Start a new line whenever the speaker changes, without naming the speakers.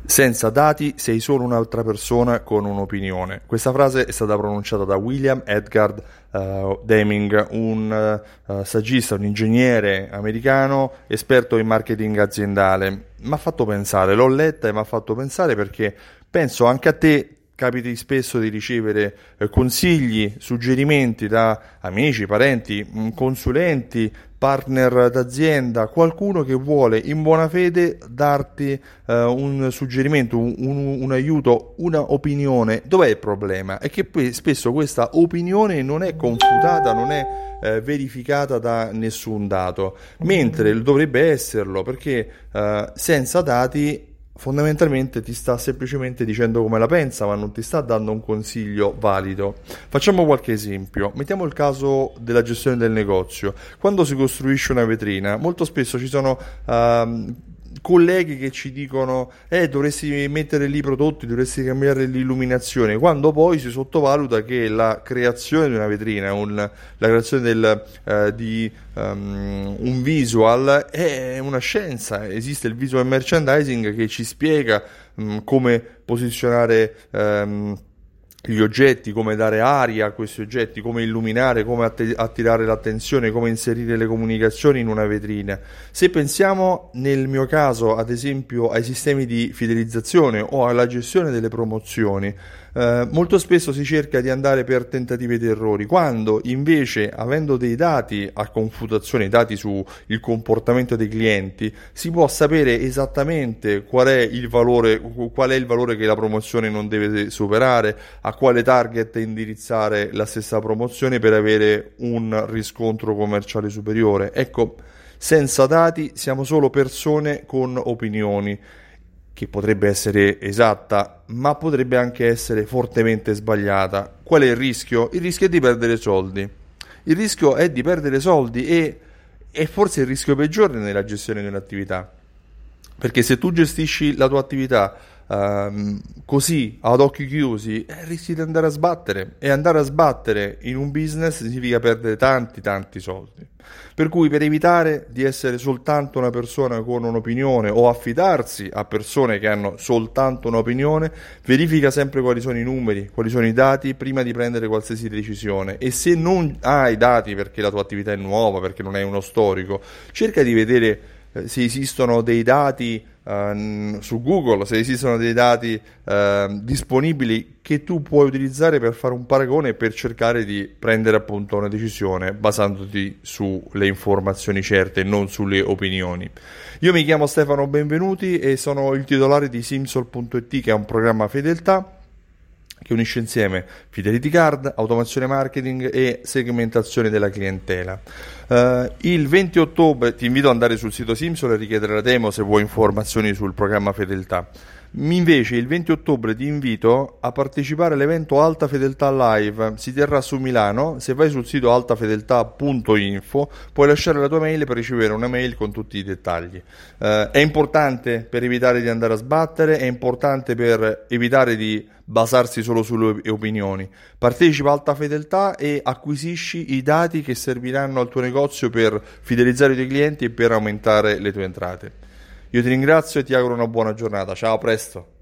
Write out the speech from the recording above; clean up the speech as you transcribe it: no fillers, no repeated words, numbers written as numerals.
Senza dati sei solo un'altra persona con un'opinione. Questa frase è stata pronunciata da William Edgar Deming, un saggista, un ingegnere americano esperto in marketing aziendale. Mi ha fatto pensare, l'ho letta e mi ha fatto pensare perché penso anche a te capiti spesso di ricevere consigli, suggerimenti da amici, parenti, consulenti, partner d'azienda, qualcuno che vuole in buona fede darti un suggerimento, un aiuto, una opinione. Dov'è il problema? È che poi spesso questa opinione non è confutata, non è verificata da nessun dato, mentre dovrebbe esserlo, perché senza dati fondamentalmente ti sta semplicemente dicendo come la pensa, ma non ti sta dando un consiglio valido. Facciamo qualche esempio. Mettiamo il caso della gestione del negozio. Quando si costruisce una vetrina, molto spesso ci sono colleghi che ci dicono dovresti mettere lì i prodotti, dovresti cambiare l'illuminazione, quando poi si sottovaluta che la creazione di una vetrina, la creazione di un visual è una scienza. Esiste il visual merchandising che ci spiega come posizionare gli oggetti, come dare aria a questi oggetti, come illuminare, come attirare l'attenzione, come inserire le comunicazioni in una vetrina. Se pensiamo nel mio caso ad esempio ai sistemi di fidelizzazione o alla gestione delle promozioni, molto spesso si cerca di andare per tentativi ed errori, quando invece, avendo dei dati a confutazione, dati sul comportamento dei clienti, si può sapere esattamente qual è il valore che la promozione non deve superare, a quale target indirizzare la stessa promozione per avere un riscontro commerciale superiore. Ecco, senza dati siamo solo persone con opinioni, che potrebbe essere esatta, ma potrebbe anche essere fortemente sbagliata. Qual è il rischio? Il rischio è di perdere soldi. Il rischio è di perdere soldi e forse il rischio peggiore nella gestione di un'attività. Perché se tu gestisci la tua attività così ad occhi chiusi, rischi di andare a sbattere, e andare a sbattere in un business significa perdere tanti soldi. Per cui, per evitare di essere soltanto una persona con un'opinione o affidarsi a persone che hanno soltanto un'opinione, verifica sempre quali sono i numeri, quali sono i dati prima di prendere qualsiasi decisione. E se non hai dati perché la tua attività è nuova, perché non hai uno storico, cerca di vedere se esistono dei dati su Google, se esistono dei dati disponibili che tu puoi utilizzare per fare un paragone e per cercare di prendere appunto una decisione basandoti sulle informazioni certe e non sulle opinioni. Io mi chiamo Stefano Benvenuti e sono il titolare di Simsol.it, che è un programma fedeltà che unisce insieme Fidelity Card, automazione marketing e segmentazione della clientela. Il 20 ottobre ti invito ad andare sul sito Simsol e richiedere la demo se vuoi informazioni sul programma fedeltà. Invece il 20 ottobre ti invito a partecipare all'evento Alta Fedeltà Live. Si terrà su Milano. Se vai sul sito altafedeltà.info puoi lasciare la tua mail per ricevere una mail con tutti i dettagli. È importante per evitare di andare a sbattere, è importante per evitare di basarsi solo sulle opinioni. Partecipa a Alta Fedeltà e acquisisci i dati che serviranno al tuo negozio per fidelizzare i tuoi clienti e per aumentare le tue entrate. Io ti ringrazio e ti auguro una buona giornata. Ciao, a presto!